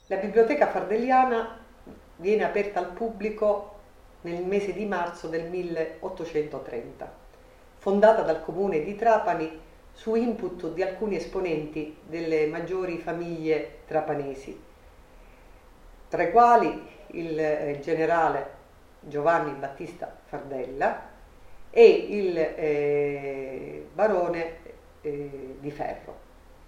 La Biblioteca Fardelliana viene aperta al pubblico nel mese di marzo del 1830, fondata dal comune di Trapani su input di alcuni esponenti delle maggiori famiglie trapanesi, tra i quali il generale Giovanni Battista Fardella e il barone di Ferro.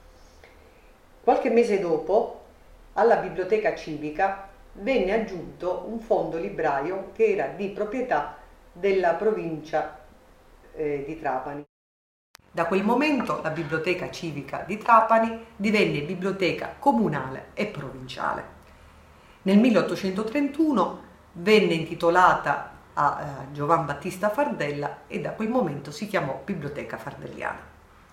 Qualche mese dopo, alla biblioteca civica venne aggiunto un fondo librario che era di proprietà della provincia di Trapani. Da quel momento la biblioteca civica di Trapani divenne biblioteca comunale e provinciale. Nel 1831 venne intitolata a Giovan Battista Fardella e da quel momento si chiamò Biblioteca Fardelliana.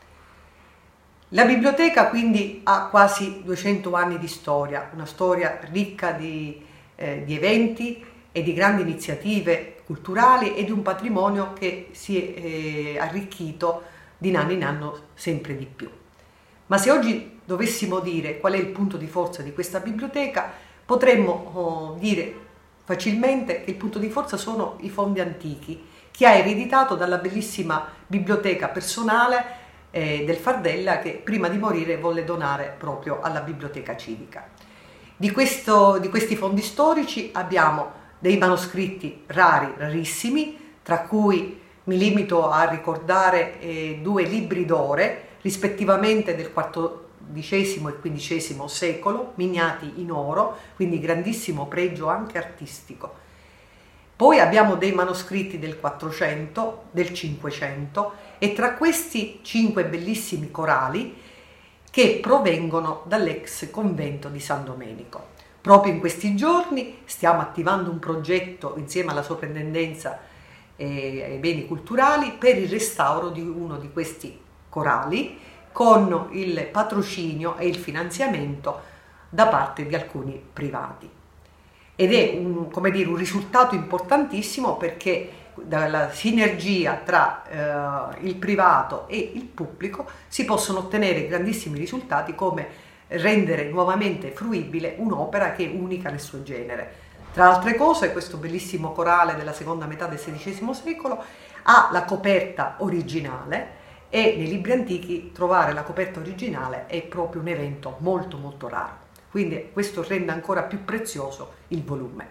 La biblioteca quindi ha quasi 200 anni di storia, una storia ricca di eventi e di grandi iniziative culturali e di un patrimonio che si è arricchito di anno in anno sempre di più. Ma se oggi dovessimo dire qual è il punto di forza di questa biblioteca, potremmo dire facilmente che il punto di forza sono i fondi antichi che ha ereditato dalla bellissima biblioteca personale del Fardella, che prima di morire volle donare proprio alla biblioteca civica. Di questi fondi storici abbiamo dei manoscritti rarissimi, tra cui mi limito a ricordare 2 libri d'ore, rispettivamente del XIV e XV secolo, miniati in oro, quindi grandissimo pregio anche artistico. Poi abbiamo dei manoscritti del 400, del 500 e tra questi 5 bellissimi corali che provengono dall'ex convento di San Domenico. Proprio in questi giorni stiamo attivando un progetto insieme alla Soprintendenza ai beni culturali per il restauro di uno di questi corali con il patrocinio e il finanziamento da parte di alcuni privati. Ed è un risultato importantissimo perché dalla sinergia tra il privato e il pubblico si possono ottenere grandissimi risultati, come rendere nuovamente fruibile un'opera che è unica nel suo genere. Tra altre cose, questo bellissimo corale della seconda metà del XVI secolo ha la coperta originale e nei libri antichi trovare la coperta originale è proprio un evento molto molto raro. Quindi questo rende ancora più prezioso il volume.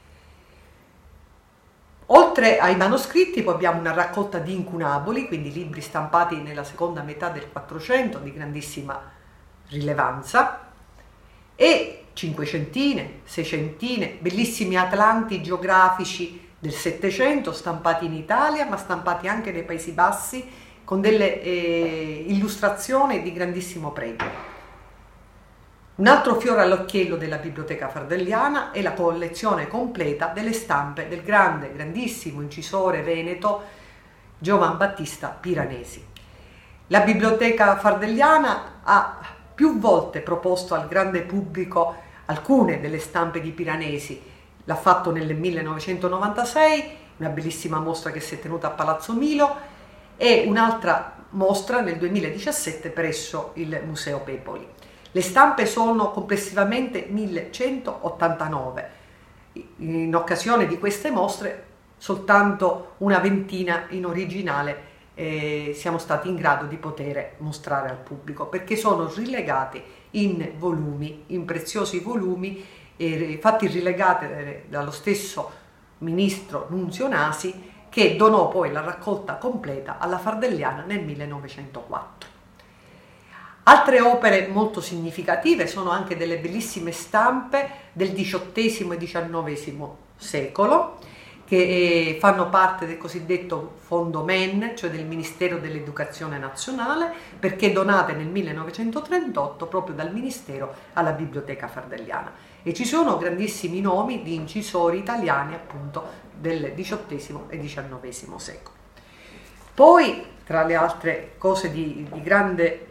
Oltre ai manoscritti poi abbiamo una raccolta di incunaboli, quindi libri stampati nella seconda metà del 400 di grandissima rilevanza, e cinquecentine, seicentine, bellissimi atlanti geografici del Settecento stampati in Italia ma stampati anche nei Paesi Bassi con delle illustrazioni di grandissimo pregio. Un altro fiore all'occhiello della Biblioteca Fardelliana è la collezione completa delle stampe del grandissimo incisore veneto Giovan Battista Piranesi. La Biblioteca Fardelliana ha più volte proposto al grande pubblico alcune delle stampe di Piranesi. L'ha fatto nel 1996, una bellissima mostra che si è tenuta a Palazzo Milo, e un'altra mostra nel 2017 presso il Museo Pepoli. Le stampe sono complessivamente 1189. In occasione di queste mostre soltanto una ventina in originale siamo stati in grado di poter mostrare al pubblico, perché sono rilegati in volumi, in preziosi volumi, fatti rilegati dallo stesso ministro Nunzio Nasi, che donò poi la raccolta completa alla Fardelliana nel 1904. Altre opere molto significative sono anche delle bellissime stampe del XVIII e XIX secolo, che fanno parte del cosiddetto Fondo MEN, cioè del Ministero dell'Educazione Nazionale, perché donate nel 1938 proprio dal Ministero alla Biblioteca Fardelliana. E ci sono grandissimi nomi di incisori italiani appunto del XVIII e XIX secolo. Poi, tra le altre cose di grande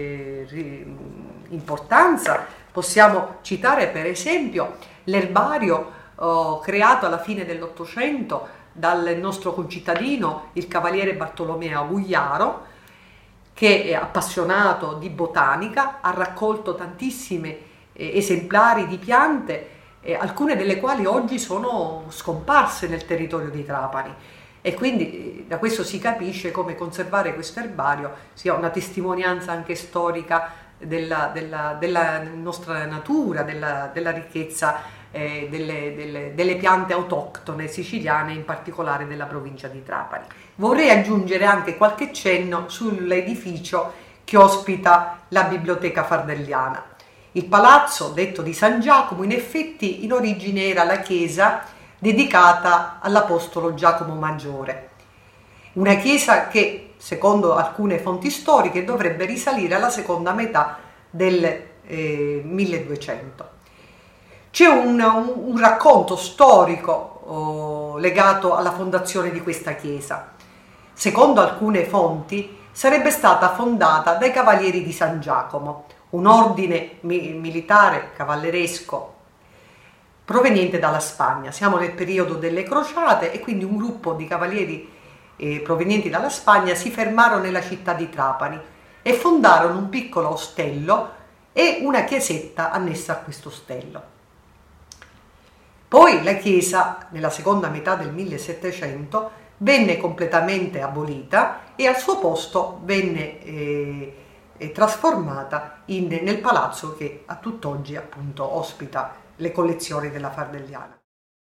importanza, possiamo citare per esempio l'erbario creato alla fine dell'Ottocento dal nostro concittadino, il cavaliere Bartolomeo Agugliaro, che è appassionato di botanica, ha raccolto tantissime esemplari di piante, alcune delle quali oggi sono scomparse nel territorio di Trapani. E quindi da questo si capisce come conservare questo erbario sia una testimonianza anche storica della nostra natura, della ricchezza delle piante autoctone siciliane, in particolare della provincia di Trapani. Vorrei aggiungere anche qualche cenno sull'edificio che ospita la Biblioteca Fardelliana. Il palazzo, detto di San Giacomo, in effetti in origine era la chiesa dedicata all'Apostolo Giacomo Maggiore. Una chiesa che, secondo alcune fonti storiche, dovrebbe risalire alla seconda metà del 1200. C'è un racconto storico legato alla fondazione di questa chiesa. Secondo alcune fonti sarebbe stata fondata dai Cavalieri di San Giacomo, un ordine militare cavalleresco proveniente dalla Spagna. Siamo nel periodo delle crociate e quindi un gruppo di cavalieri provenienti dalla Spagna si fermarono nella città di Trapani e fondarono un piccolo ostello e una chiesetta annessa a questo ostello. Poi la chiesa, nella seconda metà del 1700, venne completamente abolita e al suo posto venne trasformata nel palazzo che a tutt'oggi appunto ospita le collezioni della Fardelliana.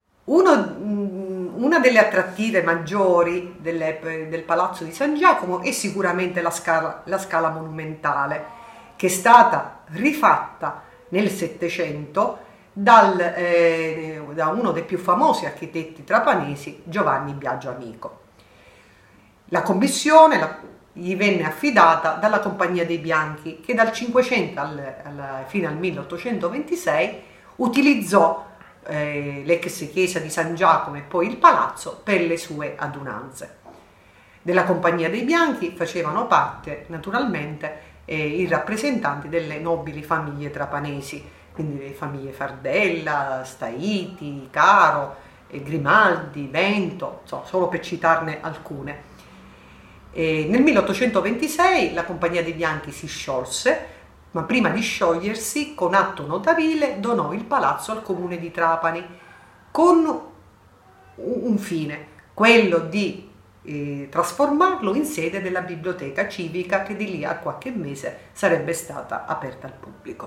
Una delle attrattive maggiori del Palazzo di San Giacomo è sicuramente la scala monumentale, che è stata rifatta nel Settecento da uno dei più famosi architetti trapanesi, Giovanni Biagio Amico. La commissione gli venne affidata dalla Compagnia dei Bianchi, che dal 500 fino al 1826 utilizzò l'ex chiesa di San Giacomo e poi il palazzo per le sue adunanze. Della Compagnia dei Bianchi facevano parte naturalmente i rappresentanti delle nobili famiglie trapanesi, quindi le famiglie Fardella, Staiti, Caro, Grimaldi, Vento, solo per citarne alcune. Nel 1826 la Compagnia dei Bianchi si sciolse, ma prima di sciogliersi, con atto notarile, donò il palazzo al comune di Trapani con un fine, quello di trasformarlo in sede della biblioteca civica che di lì a qualche mese sarebbe stata aperta al pubblico.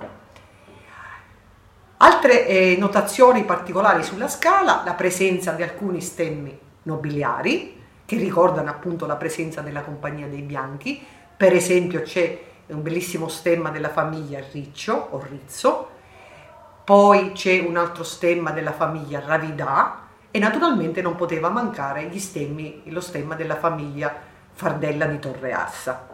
Altre notazioni particolari sulla scala: la presenza di alcuni stemmi nobiliari che ricordano appunto la presenza della Compagnia dei Bianchi. Per esempio c'è un bellissimo stemma della famiglia Riccio o Rizzo, poi c'è un altro stemma della famiglia Ravidà e naturalmente non poteva mancare lo stemma della famiglia Fardella di Torreassa.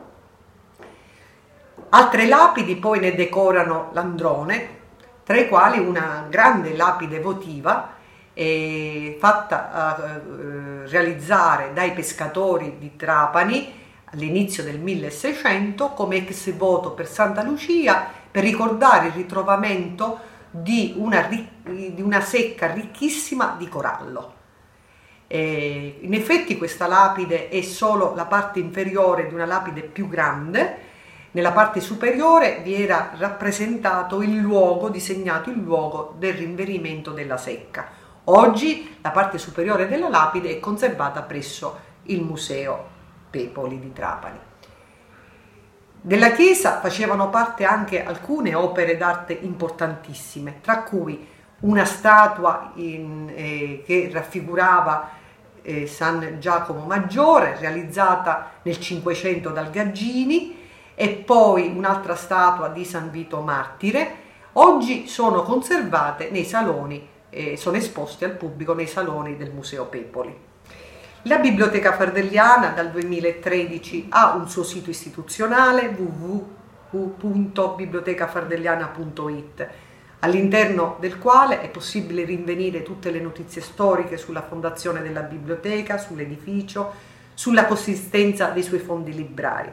Altre lapidi poi ne decorano l'androne, tra i quali una grande lapide votiva fatta realizzare dai pescatori di Trapani all'inizio del 1600 come ex voto per Santa Lucia, per ricordare il ritrovamento di una secca ricchissima di corallo. In effetti questa lapide è solo la parte inferiore di una lapide più grande. Nella parte superiore vi era rappresentato disegnato il luogo del rinverimento della secca. Oggi la parte superiore della lapide è conservata presso il Museo Pepoli di Trapani. Della chiesa facevano parte anche alcune opere d'arte importantissime, tra cui una statua che raffigurava San Giacomo Maggiore, realizzata nel Cinquecento dal Gaggini, e poi un'altra statua di San Vito Martire. Oggi sono conservate nei saloni, sono esposti al pubblico nei saloni del Museo Pepoli. La Biblioteca Fardelliana dal 2013 ha un suo sito istituzionale www.bibliotecafardelliana.it, all'interno del quale è possibile rinvenire tutte le notizie storiche sulla fondazione della biblioteca, sull'edificio, sulla consistenza dei suoi fondi librari.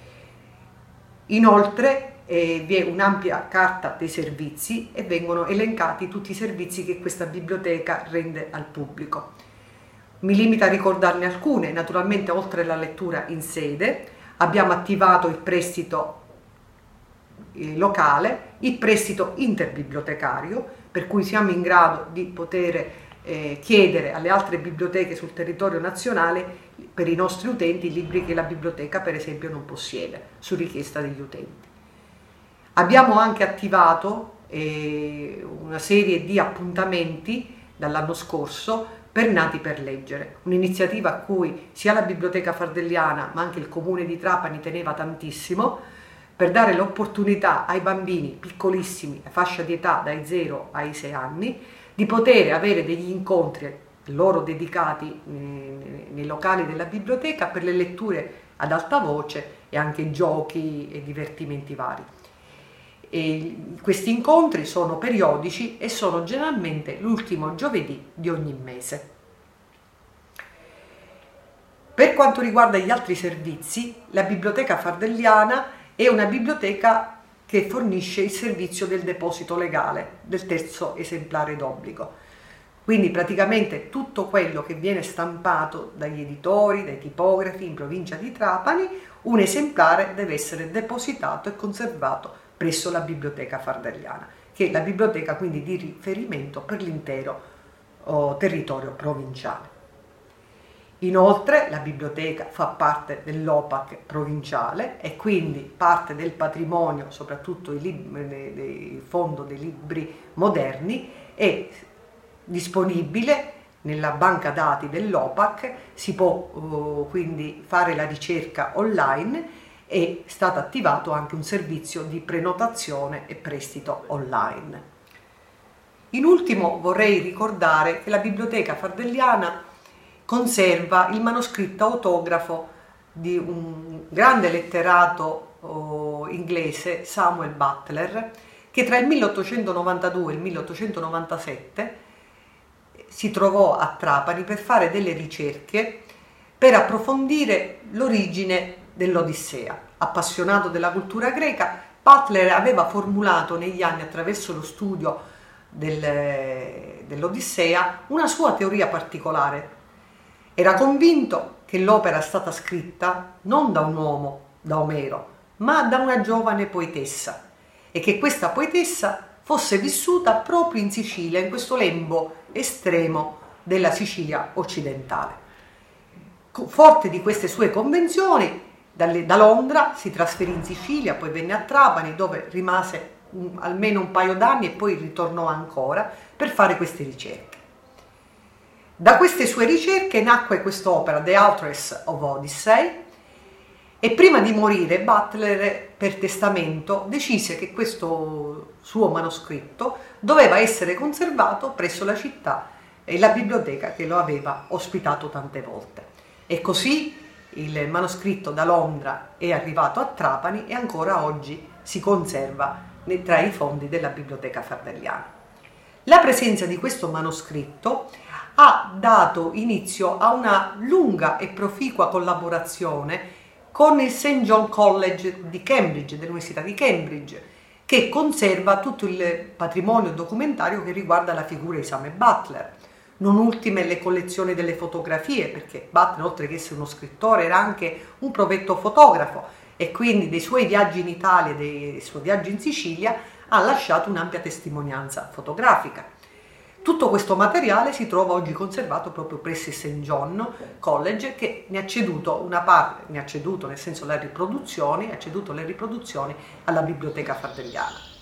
Inoltre vi è un'ampia carta dei servizi e vengono elencati tutti i servizi che questa biblioteca rende al pubblico. Mi limito a ricordarne alcune. Naturalmente, oltre alla lettura in sede, abbiamo attivato il prestito locale, il prestito interbibliotecario, per cui siamo in grado di poter chiedere alle altre biblioteche sul territorio nazionale per i nostri utenti i libri che la biblioteca per esempio non possiede, su richiesta degli utenti. Abbiamo anche attivato una serie di appuntamenti dall'anno scorso per Nati per Leggere, un'iniziativa a cui sia la Biblioteca Fardelliana ma anche il Comune di Trapani teneva tantissimo, per dare l'opportunità ai bambini piccolissimi, a fascia di età dai 0 ai 6 anni, di poter avere degli incontri loro dedicati nei locali della biblioteca per le letture ad alta voce e anche giochi e divertimenti vari. Questi incontri sono periodici e sono generalmente l'ultimo giovedì di ogni mese. Per quanto riguarda gli altri servizi, la Biblioteca Fardelliana è una biblioteca che fornisce il servizio del deposito legale del terzo esemplare d'obbligo. Quindi praticamente tutto quello che viene stampato dagli editori, dai tipografi in provincia di Trapani, un esemplare deve essere depositato e conservato presso la Biblioteca Fardelliana, che è la biblioteca quindi di riferimento per l'intero territorio provinciale. Inoltre la biblioteca fa parte dell'OPAC provinciale e quindi parte del patrimonio, soprattutto del fondo dei libri moderni, è disponibile nella banca dati dell'OPAC, si può quindi fare la ricerca online. È stato attivato anche un servizio di prenotazione e prestito online. In ultimo vorrei ricordare che la Biblioteca Fardelliana conserva il manoscritto autografo di un grande letterato inglese, Samuel Butler, che tra il 1892 e il 1897 si trovò a Trapani per fare delle ricerche per approfondire l'origine dell'Odissea. Appassionato della cultura greca, Butler aveva formulato negli anni, attraverso lo studio dell'Odissea, una sua teoria particolare. Era convinto che l'opera è stata scritta non da un uomo, da Omero, ma da una giovane poetessa, e che questa poetessa fosse vissuta proprio in Sicilia, in questo lembo estremo della Sicilia occidentale. Forte di queste sue convinzioni, da Londra si trasferì in Sicilia, poi venne a Trapani, dove rimase almeno un paio d'anni e poi ritornò ancora per fare queste ricerche. Da queste sue ricerche nacque quest'opera, The Authoress of Odyssey, e prima di morire Butler, per testamento, decise che questo suo manoscritto doveva essere conservato presso la città e la biblioteca che lo aveva ospitato tante volte. E così il manoscritto da Londra è arrivato a Trapani e ancora oggi si conserva tra i fondi della Biblioteca Fardelliana. La presenza di questo manoscritto ha dato inizio a una lunga e proficua collaborazione con il St. John College di Cambridge, dell'Università di Cambridge, che conserva tutto il patrimonio documentario che riguarda la figura di Samuel Butler. Non ultime le collezioni delle fotografie, perché Butler, oltre che essere uno scrittore, era anche un provetto fotografo e quindi dei suoi viaggi in Italia e dei suoi viaggi in Sicilia ha lasciato un'ampia testimonianza fotografica. Tutto questo materiale si trova oggi conservato proprio presso il St. John College, che ne ha ceduto una parte, nel senso ha ceduto le riproduzioni alla Biblioteca Fardelliana.